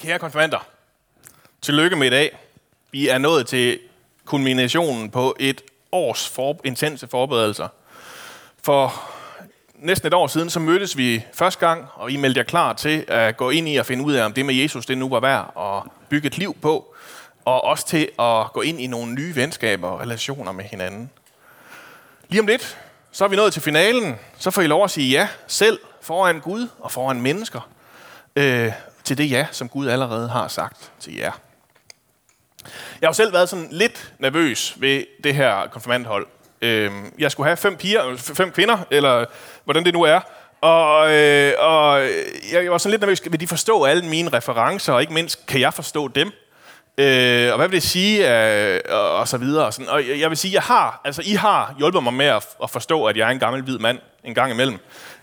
Kære konfirmander, tillykke med i dag. Vi er nået til kulminationen på et års intense forberedelser. For næsten et år siden, så mødtes vi første gang, og I meldte jer klar til at gå ind i og finde ud af, om det med Jesus, det nu var værd at bygge et liv på, og også til at gå ind i nogle nye venskaber og relationer med hinanden. Lige om lidt, så er vi nået til finalen. Så får I lov at sige ja selv foran Gud og foran mennesker til det ja, som Gud allerede har sagt til jer. Jeg har jo selv været sådan lidt nervøs ved det her konfirmandhold. Jeg skulle have 5 kvinder, eller hvordan det nu er. Og jeg var sådan lidt nervøs. Vil de forstå alle mine referencer, og ikke mindst, kan jeg forstå dem? Og hvad vil det sige? Og så videre. Og, sådan. Og jeg vil sige, I har hjulpet mig med at forstå, at jeg er en gammel hvid mand en gang imellem.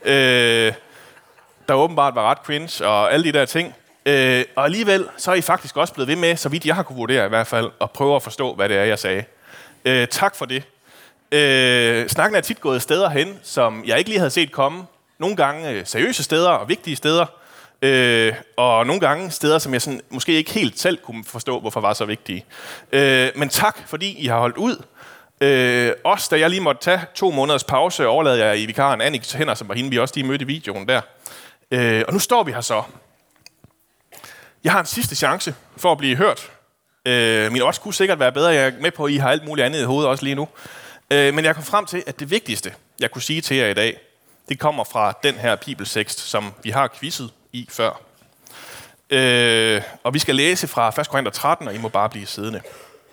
Der åbenbart var ret cringe og alle de der ting. Og alligevel, så er I faktisk også blevet ved med, så vidt jeg har kunne vurdere i hvert fald, at prøve at forstå, hvad det er, jeg sagde. Tak for det. Snakken er tit gået steder hen, som jeg ikke lige havde set komme. Nogle gange seriøse steder og vigtige steder. Og nogle gange steder, som jeg sådan, måske ikke helt selv kunne forstå, hvorfor var så vigtige. Men tak, fordi I har holdt ud. Også da jeg lige måtte tage 2 måneders pause, overlade jeg i vikaren Anniks hænder, som var hende, vi også lige mødte i videoen der. Og nu står vi her så. Jeg har en sidste chance for at blive hørt. Min odds kunne sikkert være bedre. Jeg er med på, at I har alt muligt andet i hovedet også lige nu. Men jeg kom frem til, at det vigtigste, jeg kunne sige til jer i dag, det kommer fra den her bibeltekst, som vi har quizzet i før. Og vi skal læse fra 1. Korinther 13, og I må bare blive siddende.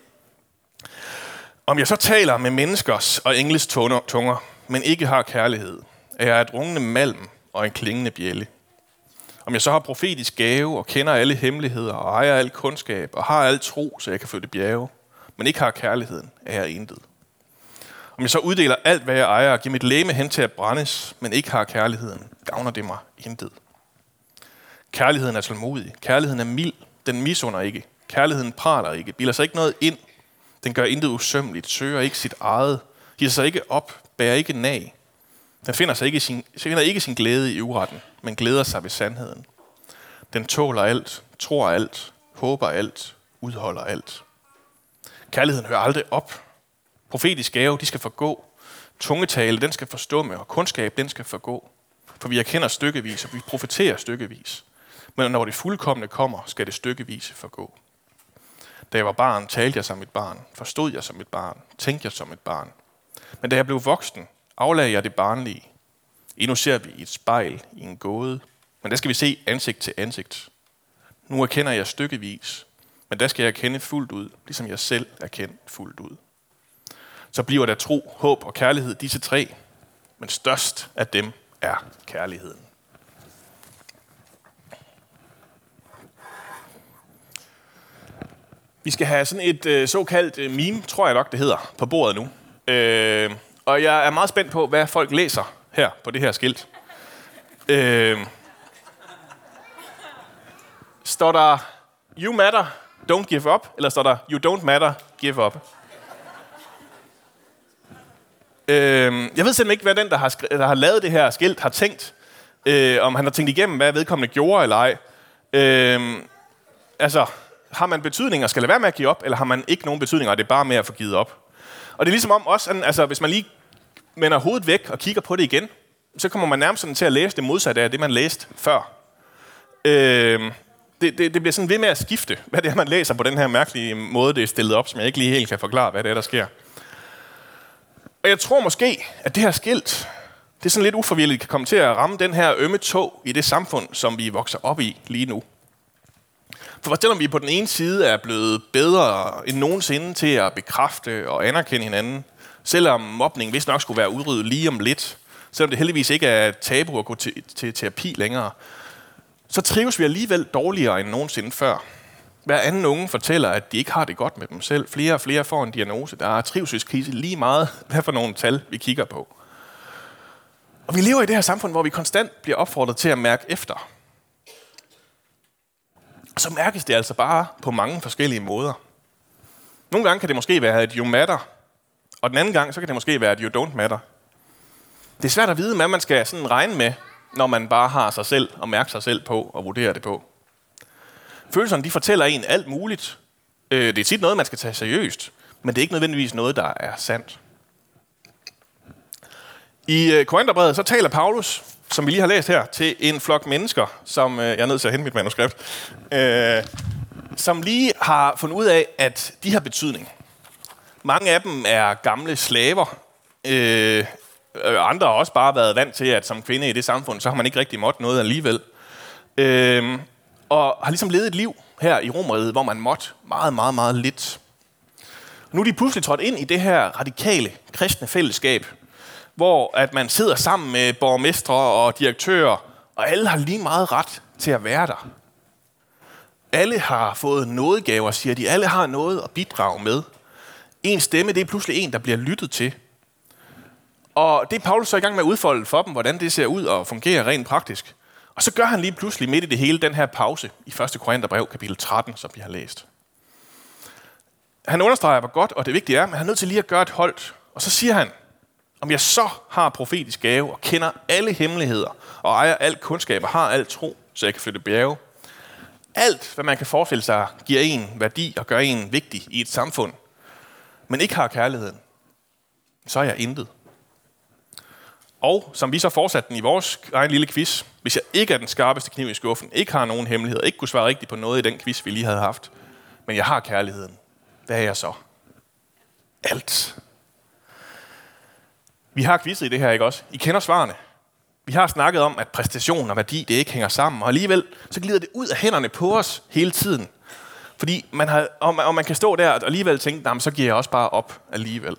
Om jeg så taler med menneskers og engles tunger, men ikke har kærlighed, er jeg et rungende malm og en klingende bjælde. Om jeg så har profetisk gave og kender alle hemmeligheder og ejer al kundskab og har al tro, så jeg kan flytte bjerge, men ikke har kærligheden, er jeg intet. Om jeg så uddeler alt, hvad jeg ejer og giver mit legeme hen til at brændes, men ikke har kærligheden, gavner det mig intet. Kærligheden er tålmodig. Kærligheden er mild. Den misunder ikke. Kærligheden praler ikke. Bilder sig ikke noget ind. Den gør intet usømmeligt. Søger ikke sit eget. Giver sig ikke op. Bærer ikke nag. Den finder ikke sin glæde i uretten, men glæder sig ved sandheden. Den tåler alt, tror alt, håber alt, udholder alt. Kærligheden hører aldrig op. Profetisk gave, de skal forgå. Tungetale, den skal forstumme, og kundskab, den skal forgå. For vi erkender stykkevis, og vi profeterer stykkevis. Men når det fuldkomne kommer, skal det stykkevis forgå. Da jeg var barn, talte jeg som et barn. Forstod jeg som et barn. Tænkte jeg som et barn. Men da jeg blev voksen, aflagde jeg det barnlige. Endnu ser vi i et spejl i en gåde. Men der skal vi se ansigt til ansigt. Nu erkender jeg stykkevis. Men der skal jeg erkende fuldt ud, ligesom jeg selv er kendt fuldt ud. Så bliver der tro, håb og kærlighed, disse 3. Men størst af dem er kærligheden. Vi skal have sådan et såkaldt meme, tror jeg nok det hedder, på bordet nu. Og jeg er meget spændt på, hvad folk læser her på det her skilt. Står der, you matter, don't give up, eller står der, you don't matter, give up? Jeg ved simpelthen ikke, hvad den, der har lavet det her skilt, har tænkt. Om han har tænkt igennem, hvad vedkommende gjorde eller ej. Har man betydninger, skal det være med at give op, eller har man ikke nogen betydninger, og det er bare med at få givet op? Og det er ligesom om også, hvis man lige vender hovedet væk og kigger på det igen, så kommer man nærmest sådan til at læse det modsatte af det, man læste før. Det bliver sådan ved med at skifte, hvad det er, man læser på den her mærkelige måde, det er stillet op, som jeg ikke lige helt kan forklare, hvad det er, der sker. Og jeg tror måske, at det her skilt, det sådan lidt uforvilligt kan komme til at ramme den her ømme tå i det samfund, som vi vokser op i lige nu. For selvom vi på den ene side er blevet bedre end nogensinde til at bekræfte og anerkende hinanden, selvom mobning vist nok skulle være udryddet lige om lidt, selvom det heldigvis ikke er tabu at gå til terapi længere, så trives vi alligevel dårligere end nogensinde før. Hver anden unge fortæller, at de ikke har det godt med dem selv. Flere og flere får en diagnose. Der er trivselskrise lige meget, hvad for nogle tal vi kigger på. Og vi lever i det her samfund, hvor vi konstant bliver opfordret til at mærke efter. Så mærkes det altså bare på mange forskellige måder. Nogle gange kan det måske være, at you matter, og den anden gang, så kan det måske være, at you don't matter. Det er svært at vide, hvad man skal sådan regne med, når man bare har sig selv og mærke sig selv på og vurdere det på. Følelserne, de fortæller en alt muligt. Det er tit noget, man skal tage seriøst, men det er ikke nødvendigvis noget, der er sandt. I Korintherbrevet, så taler Paulus, som vi lige har læst her, til en flok mennesker, som jeg er nødt til at hente mit manuskript, som lige har fundet ud af, at de har betydning. Mange af dem er gamle slaver. Andre har også bare været vant til, at som kvinde i det samfund, så har man ikke rigtig måttet noget alligevel. Og har ligesom levet et liv her i Romerriget, hvor man måtte meget, meget, meget lidt. Nu er de pludselig trådt ind i det her radikale kristne fællesskab, hvor at man sidder sammen med borgmestre og direktører, og alle har lige meget ret til at være der. Alle har fået nådegaver, siger de. Alle har noget at bidrage med. En stemme, det er pludselig en, der bliver lyttet til. Og det er Paulus så i gang med at udfolde for dem, hvordan det ser ud og fungerer rent praktisk. Og så gør han lige pludselig midt i det hele den her pause i 1. Korintherbrev, kapitel 13, som vi har læst. Han understreger, hvor godt og det vigtige er, men han er nødt til lige at gøre et holdt. Og så siger han, om jeg så har profetisk gave og kender alle hemmeligheder og ejer al kundskab og har al tro, så jeg kan flytte bjerge. Alt, hvad man kan forestille sig, giver en værdi og gør en vigtig i et samfund, men ikke har kærligheden, så er jeg intet. Og som vi så fortsatte den i vores egen lille quiz, hvis jeg ikke er den skarpeste kniv i skuffen, ikke har nogen hemmeligheder, ikke kunne svare rigtigt på noget i den quiz, vi lige havde haft, men jeg har kærligheden, hvad er jeg så? Alt. Vi har quizzet i det her, ikke også? I kender svarene. Vi har snakket om, at præstation og værdi, det ikke hænger sammen, og alligevel så glider det ud af hænderne på os hele tiden. Fordi man kan stå der og alligevel tænke, så giver jeg også bare op alligevel.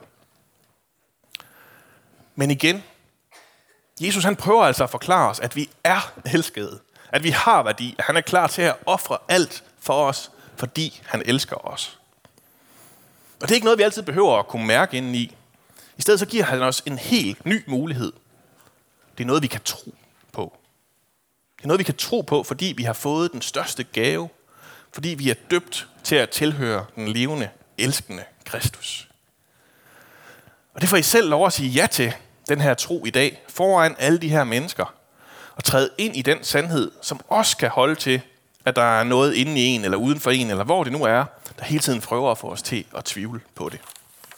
Men igen, Jesus han prøver altså at forklare os, at vi er elskede, at vi har værdi, at han er klar til at ofre alt for os, fordi han elsker os. Og det er ikke noget, vi altid behøver at kunne mærke indeni. I stedet så giver han os en helt ny mulighed. Det er noget, vi kan tro på. Det er noget, vi kan tro på, fordi vi har fået den største gave, fordi vi er døbt til at tilhøre den levende, elskende Kristus. Og det får I selv lov at sige ja til, den her tro i dag, foran alle de her mennesker, og træde ind i den sandhed, som også kan holde til, at der er noget inde i en, eller uden for en, eller hvor det nu er, der hele tiden prøver at få os til at tvivle på det.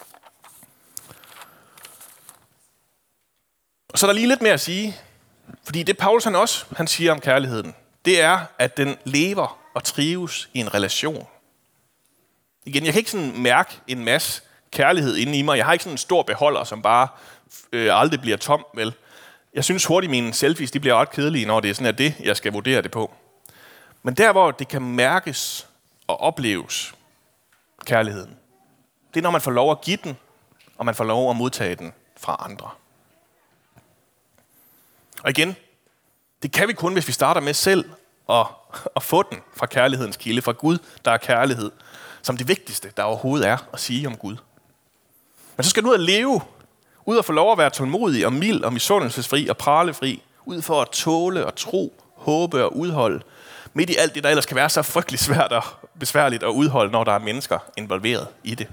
Og så er der lige lidt mere at sige, fordi det Paulus han siger om kærligheden, det er, at den lever og trives i en relation. Igen, jeg kan ikke sådan mærke en masse kærlighed inde i mig. Jeg har ikke sådan en stor beholder, som bare aldrig bliver tom, vel? Jeg synes hurtigt, mine selfies de bliver ret kedelige, når det er sådan, at det, jeg skal vurdere det på. Men der, hvor det kan mærkes og opleves, kærligheden, det er, når man får lov at give den, og man får lov at modtage den fra andre. Og igen, det kan vi kun, hvis vi starter med selv at få den fra kærlighedens kilde, fra Gud, der er kærlighed, som det vigtigste, der overhovedet er at sige om Gud. Men så skal du ud at leve, ud at få lov at være tålmodig og mild og misundelsesfri og pralefri, ud for at tåle og tro, håbe og udholde, midt i alt det, der ellers kan være så frygtelig svært og besværligt at udholde, når der er mennesker involveret i det.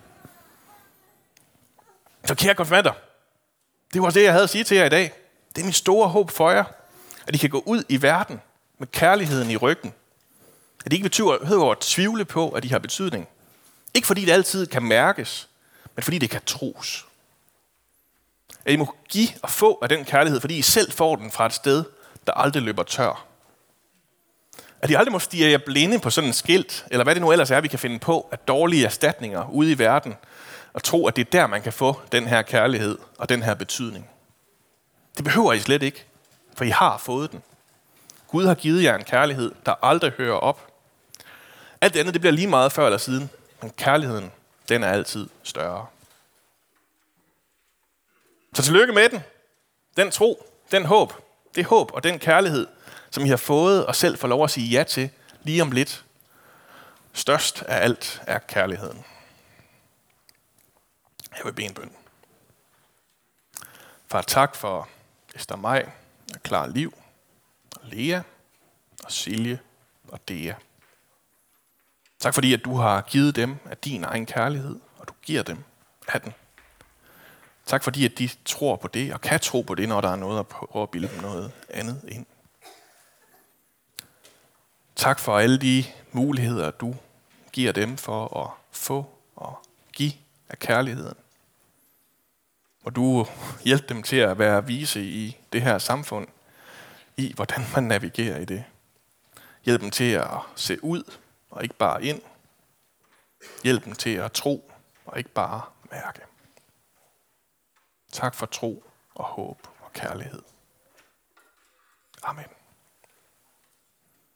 Så kære konfirmander, det var det, jeg havde at sige til jer i dag. Det er mit store håb for jer, at I kan gå ud i verden med kærligheden i ryggen. At I ikke behøver at tvivle på, at I har betydning. Ikke fordi det altid kan mærkes, men fordi det kan tros. At I må give og få af den kærlighed, fordi I selv får den fra et sted, der aldrig løber tør. At I aldrig må stirre jer blinde på sådan en skilt, eller hvad det nu ellers er, vi kan finde på, af dårlige erstatninger ude i verden, og tro, at det er der, man kan få den her kærlighed og den her betydning. Det behøver I slet ikke, for I har fået den. Gud har givet jer en kærlighed, der aldrig hører op. Alt det andet, det bliver lige meget før eller siden, men kærligheden, den er altid større. Så tillykke med den. Den tro, den håb, det håb og den kærlighed, som I har fået og selv får lov at sige ja til lige om lidt. Størst af alt er kærligheden. Jeg vil bede en bøn. Far, tak for Esther Maj og Clara Liv, og Lea, og Silje og Dea. Tak fordi, at du har givet dem af din egen kærlighed, og du giver dem af den. Tak fordi, at de tror på det, og kan tro på det, når der er noget at prøve at bilde dem noget andet ind. Tak for alle de muligheder, du giver dem for at få og give af kærligheden. Og du hjælper dem til at være vise i det her samfund, i hvordan man navigerer i det. Hjælp dem til at se ud og ikke bare ind. Hjælp dem til at tro og ikke bare mærke. Tak for tro og håb og kærlighed.